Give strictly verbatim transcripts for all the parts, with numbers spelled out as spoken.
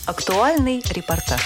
Актуальный репортаж.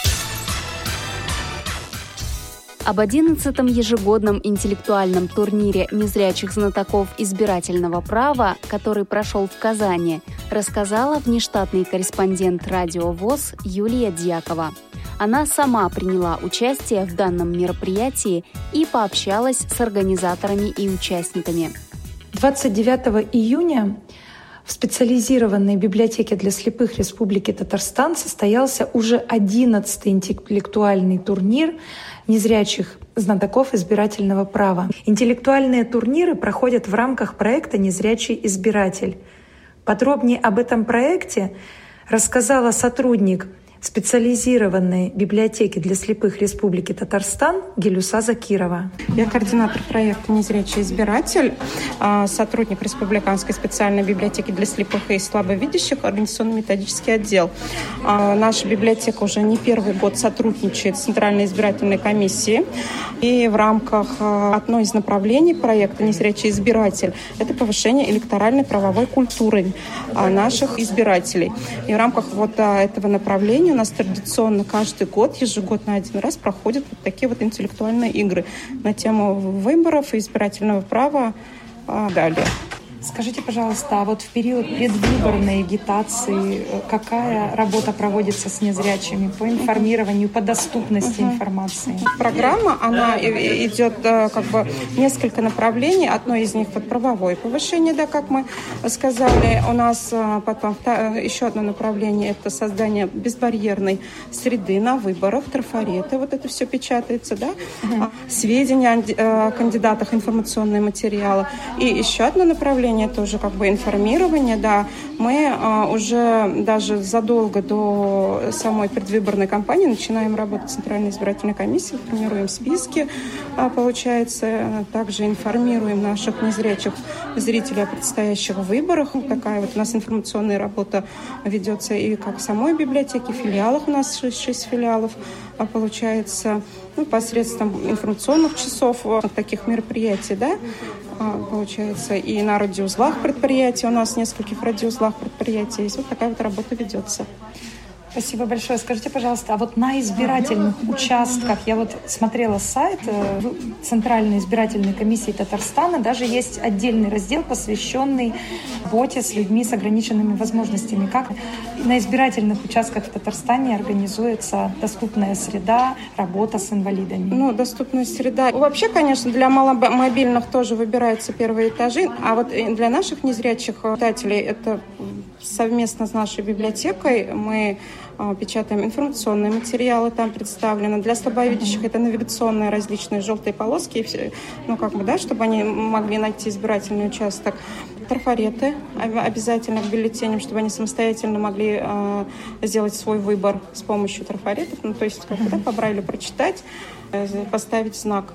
Об одиннадцатом ежегодном интеллектуальном турнире незрячих знатоков избирательного права, который прошел в Казани, рассказала внештатный корреспондент Радио ВОС Юлия Дьякова. Она сама приняла участие в данном мероприятии и пообщалась с организаторами и участниками. двадцать девятого июня в специализированной библиотеке для слепых Республики Татарстан состоялся уже одиннадцатый интеллектуальный турнир незрячих знатоков избирательного права. Интеллектуальные турниры проходят в рамках проекта «Незрячий избиратель». Подробнее об этом проекте рассказала сотрудник специализированной библиотеки для слепых Республики Татарстан Гелюса Закирова. Я координатор проекта «Незрячий избиратель», сотрудник Республиканской специальной библиотеки для слепых и слабовидящих, организационно-методический отдел. Наша библиотека уже не первый год сотрудничает с Центральной избирательной комиссией. И в рамках одной из направлений проекта «Незрячий избиратель» — это повышение электоральной правовой культуры наших избирателей. И в рамках вот этого направления у нас традиционно каждый год, ежегодно один раз проходят вот такие вот интеллектуальные игры на тему выборов и избирательного права. Далее. Скажите, пожалуйста, а вот в период предвыборной агитации какая работа проводится с незрячими по информированию, по доступности uh-huh. информации? Программа, она идет как бы несколько направлений. Одно из них вот правовое повышение, да, как мы сказали. У нас потом еще одно направление — это создание безбарьерной среды на выборах, трафареты, вот это все печатается, да, uh-huh. сведения о кандидатах, информационные материалы. И еще одно направление — это уже как бы информирование, да. Мы а, уже даже задолго до самой предвыборной кампании начинаем работать с Центральной избирательной комиссией, формируем списки, а, получается, также информируем наших незрячих зрителей о предстоящих выборах. Вот такая вот у нас информационная работа ведется и как в самой библиотеке, в филиалах у нас шесть, шесть филиалов, а, получается, ну, посредством информационных часов вот таких мероприятий, да, получается, и на радиоузлах предприятий, у нас в нескольких радиоузлах предприятий есть. Вот такая вот работа ведется. Спасибо большое. Скажите, пожалуйста, а вот на избирательных участках, я вот смотрела сайт Центральной избирательной комиссии Татарстана, даже есть отдельный раздел, посвященный работе с людьми с ограниченными возможностями. Как на избирательных участках в Татарстане организуется доступная среда, работа с инвалидами? Ну, доступная среда. Вообще, конечно, для маломобильных тоже выбираются первые этажи, а вот для наших незрячих читателей это совместно с нашей библиотекой мы печатаем информационные материалы, там представлены. Для слабовидящих это навигационные различные желтые полоски, ну как бы, да, чтобы они могли найти избирательный участок. Трафареты обязательно к бюллетеням, чтобы они самостоятельно могли э, сделать свой выбор с помощью трафаретов. Ну, то есть, как бы, да, по Брайлю прочитать, э, поставить знак.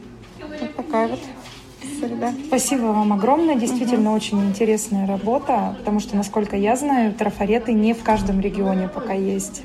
Вот такая вот. Да. Спасибо вам огромное. Действительно, угу. очень интересная работа, потому что, насколько я знаю, трафареты не в каждом регионе пока есть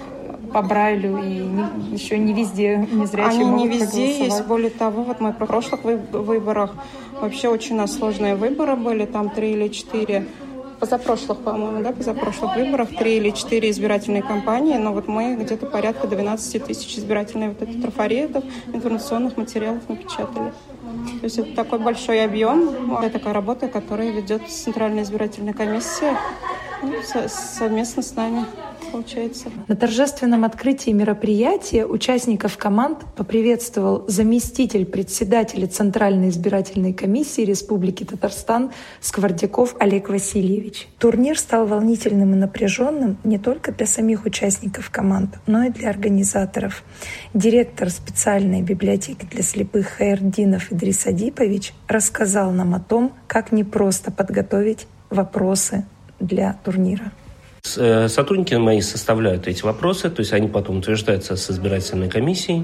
по Брайлю, и не, еще не везде незрячие Они могут не везде проголосовать. есть. Более того, вот мы в прошлых выборах вообще очень у нас сложные выборы были, там три или четыре. Позапрошлых, по-моему, да, позапрошлых выборах три или четыре избирательные кампании, но вот мы где-то порядка двенадцать тысяч избирательных вот этих трафаретов, информационных материалов напечатали. То есть это такой большой объем, это такая работа, которая ведет Центральная избирательная комиссия, ну, со- совместно с нами. Получается. На торжественном открытии мероприятия участников команд поприветствовал заместитель председателя Центральной избирательной комиссии Республики Татарстан Сквордяков Олег Васильевич. Турнир стал волнительным и напряженным не только для самих участников команд, но и для организаторов. Директор специальной библиотеки для слепых Хайрдинов Идрис Адипович рассказал нам о том, как непросто подготовить вопросы для турнира. Сотрудники мои составляют эти вопросы, то есть они потом утверждаются с избирательной комиссией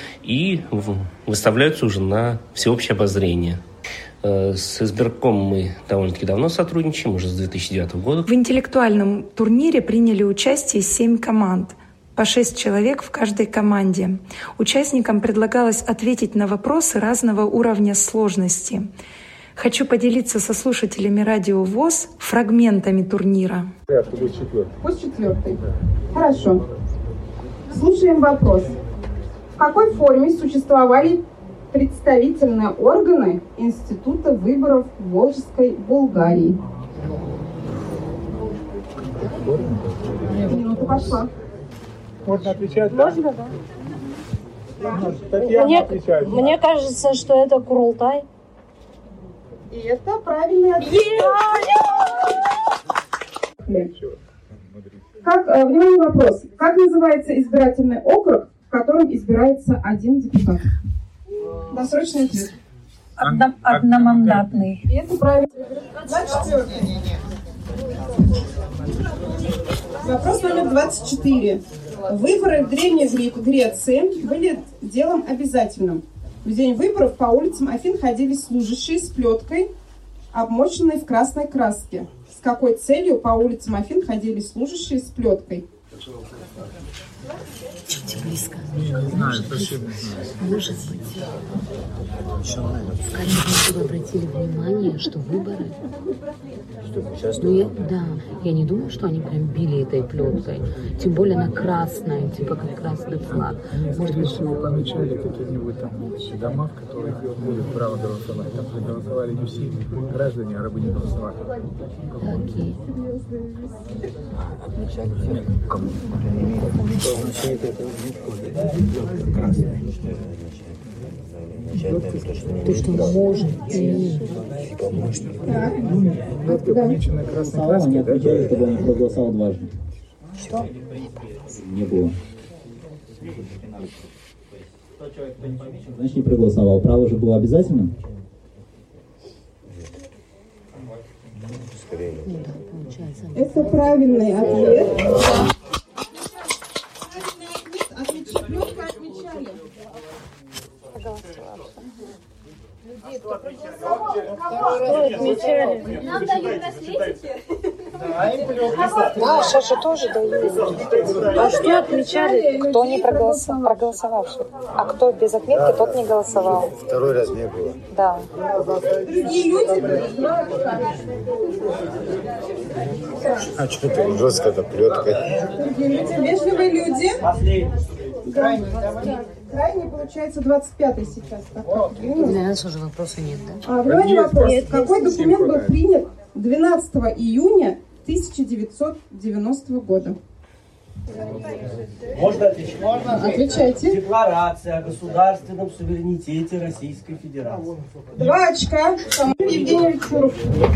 и выставляются уже на всеобщее обозрение. С избирком мы довольно-таки давно сотрудничаем, уже с две тысячи девятого года. В интеллектуальном турнире приняли участие семь команд, по шесть человек в каждой команде. Участникам предлагалось ответить на вопросы разного уровня сложности. Хочу поделиться со слушателями Радио ВОС фрагментами турнира. Пусть четвертый. Пусть четвертый. Хорошо. Слушаем вопрос. В какой форме существовали представительные органы Института выборов Волжской Булгарии? Минута пошла. Можно отвечать? Можно, да? Да. Татьяна Мне, отвечает. мне кажется, что это Курултай. И это правильный ответ. Как, э, внимание, вопрос. Как называется избирательный округ, в котором избирается один депутат? Досрочный ответ. Одно, одномандатный. И это правильно. двадцать четыре. Вопрос номер двадцать четыре. Выборы в Древней Греции были делом обязательным. В день выборов по улицам Афин ходили служащие с плеткой, обмоченной в красной краске. С какой целью по улицам Афин ходили служащие с плеткой? Чуть близко. Не знаю, совсем не знаю. Может быть, скорее всего, обратили внимание, что выборы... Ну, я, да, я не думаю, что они прям били этой плеткой. Тем более она красная, типа как красный флаг. Может быть, что помечали какие-нибудь там дома, в которых будет право голосовать. Там проголосовали не все граждане, а рабы не голосовали. Окей. Отмечали кому? То, что может. Плетка помеченная красной краской, да? Отвечали, чтобы он проголосовал дважды. Что? Не было. Значит, не проголосовал. Право же было обязательным? Ну да, получается. Это правильный ответ. Нам дают браслетики. Да, сейчас же тоже дают. А что отмечали? Кто не проголосовал, проголосовавший. А кто без отметки, тот не голосовал. Второй раз не было. Да. А что это жестко-то плеткой? Вежливые люди. Крайний, крайний получается двадцать пятый сейчас. Наверное, тоже вопроса нет, да? А, внимание, вопрос. Какой документ был принят двенадцатого июня тысяча девятьсот девяностого года? Можно отвечать? Можно. Отвечайте. Декларация о государственном суверенитете Российской Федерации. Два очка. Евгений Чуров.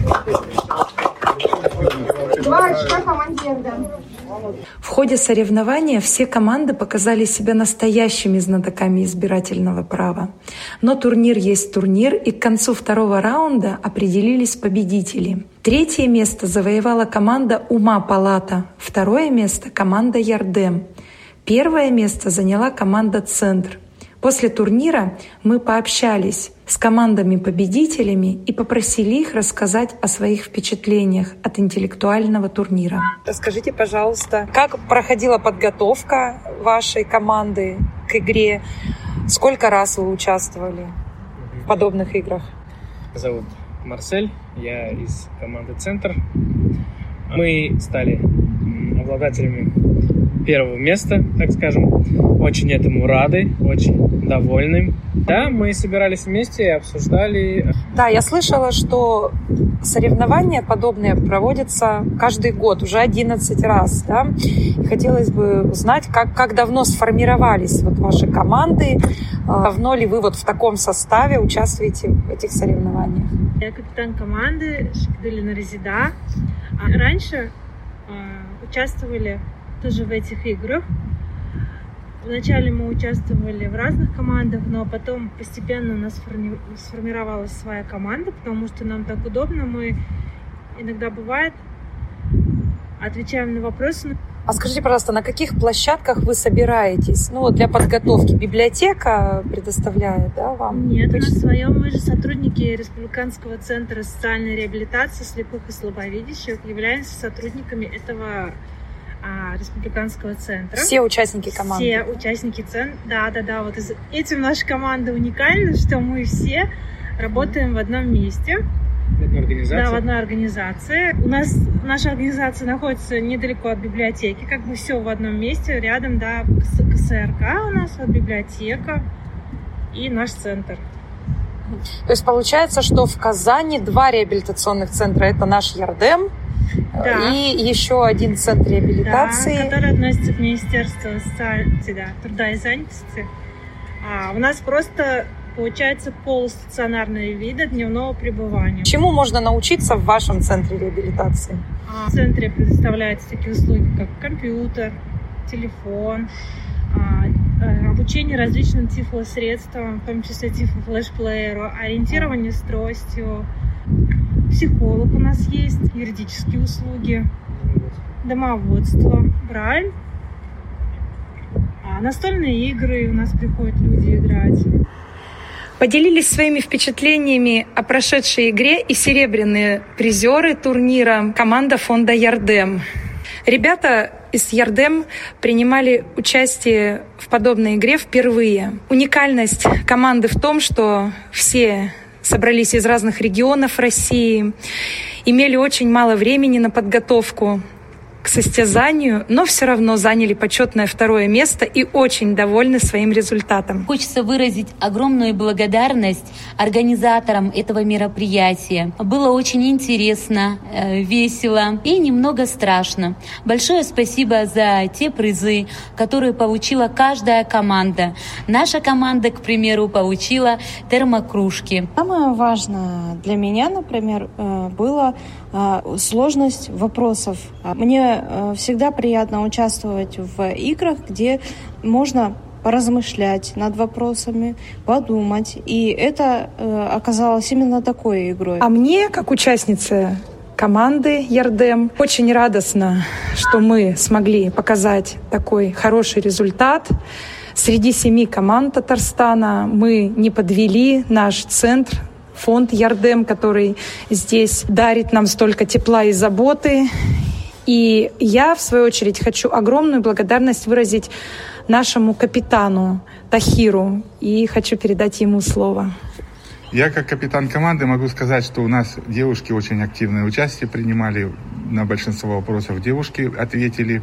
Два очка команде РД. В ходе соревнования все команды показали себя настоящими знатоками избирательного права. Но турнир есть турнир, и к концу второго раунда определились победители. Третье место завоевала команда «Ума Палата», второе место — команда «Ярдем». Первое место заняла команда «Центр». После турнира мы пообщались с командами-победителями и попросили их рассказать о своих впечатлениях от интеллектуального турнира. Расскажите, пожалуйста, как проходила подготовка вашей команды к игре? Сколько раз вы участвовали в подобных играх? Зовут Марсель, я из команды «Центр». Мы стали обладателями первого места, так скажем. Очень этому рады, очень довольны. Да, мы собирались вместе и обсуждали. Да, я слышала, что соревнования подобные проводятся каждый год, уже одиннадцать раз. Да? И хотелось бы узнать, как, как давно сформировались вот ваши команды, давно ли вы вот в таком составе участвуете в этих соревнованиях? Я капитан команды Шикдулина Резида. А раньше э, участвовали тоже в этих играх. Вначале мы участвовали в разных командах, но потом постепенно у нас сформировалась своя команда, потому что нам так удобно. Мы иногда бывает отвечаем на вопросы. А скажите, пожалуйста, на каких площадках вы собираетесь? Ну, для подготовки библиотека предоставляет, да, вам? Нет, на своем. Мы же сотрудники Республиканского центра социальной реабилитации слепых и слабовидящих, являемся сотрудниками этого а, республиканского центра. Все участники команды? Все участники центра, да, да, да. Вот из... этим наша команда уникальна, что мы все работаем в одном месте. В одной организации? Да, в одной организации. У нас наша организация находится недалеко от библиотеки, как бы все в одном месте, рядом, да, КСРК у нас, вот библиотека и наш центр. То есть получается, что в Казани два реабилитационных центра. Это наш Ярдем, да, и еще один центр реабилитации. Да, который относится к Министерству социальности, да, труда и занятости. А у нас просто получается полустационарные виды дневного пребывания. Чему можно научиться в вашем центре реабилитации? В центре предоставляются такие услуги, как компьютер, телефон, обучение различным тифлосредствам, в том числе тифлофлешплееру, ориентирование с тростью. Психолог у нас есть, юридические услуги, домоводство, брайль. А настольные игры у нас приходят люди играть. Поделились своими впечатлениями о прошедшей игре и серебряные призеры турнира команда фонда Ярдем. Ребята из Ярдем принимали участие в подобной игре впервые. Уникальность команды в том, что все собрались из разных регионов России, имели очень мало времени на подготовку к состязанию, но все равно заняли почетное второе место и очень довольны своим результатом. Хочется выразить огромную благодарность организаторам этого мероприятия. Было очень интересно, весело и немного страшно. Большое спасибо за те призы, которые получила каждая команда. Наша команда, к примеру, получила термокружки. Самое важное для меня, например, было сложность вопросов. Мне всегда приятно участвовать в играх, где можно поразмышлять над вопросами, подумать. И это оказалось именно такой игрой. А мне, как участнице команды Ярдем, очень радостно, что мы смогли показать такой хороший результат. Среди семи команд Татарстана мы не подвели наш центр, фонд Ярдем, который здесь дарит нам столько тепла и заботы. И я, в свою очередь, хочу огромную благодарность выразить нашему капитану Тахиру. И хочу передать ему слово. Я, как капитан команды, могу сказать, что у нас девушки очень активное участие принимали. На большинство вопросов девушки ответили.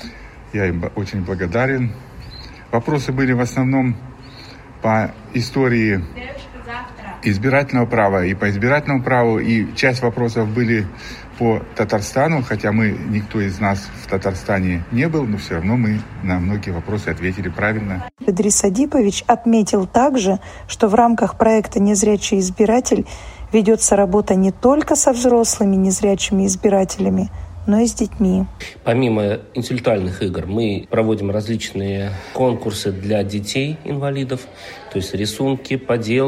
Я им очень благодарен. Вопросы были в основном по истории избирательного права и по избирательному праву, и часть вопросов были по Татарстану, хотя мы, никто из нас в Татарстане не был, но все равно мы на многие вопросы ответили правильно. Идрис Адипович отметил также, что в рамках проекта «Незрячий избиратель» ведется работа не только со взрослыми незрячими избирателями, но и с детьми. Помимо интеллектуальных игр мы проводим различные конкурсы для детей-инвалидов, то есть рисунки,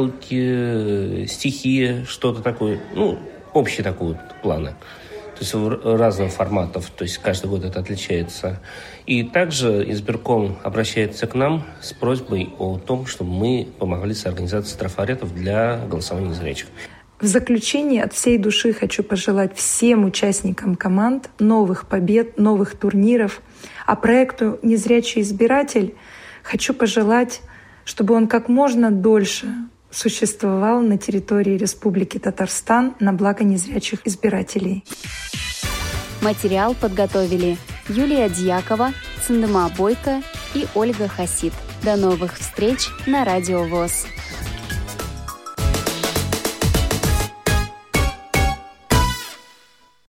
поделки, стихи, что-то такое, ну, общий такой планы. То есть разных форматов, то есть каждый год это отличается. И также избирком обращается к нам с просьбой о том, чтобы мы помогли с организацией трафаретов для голосования незрячих. В заключение от всей души хочу пожелать всем участникам команд новых побед, новых турниров. А проекту «Незрячий избиратель» хочу пожелать, чтобы он как можно дольше существовал на территории Республики Татарстан на благо незрячих избирателей. Материал подготовили Юлия Дьякова, Циндыма Бойко и Ольга Хасид. До новых встреч на Радио ВОС.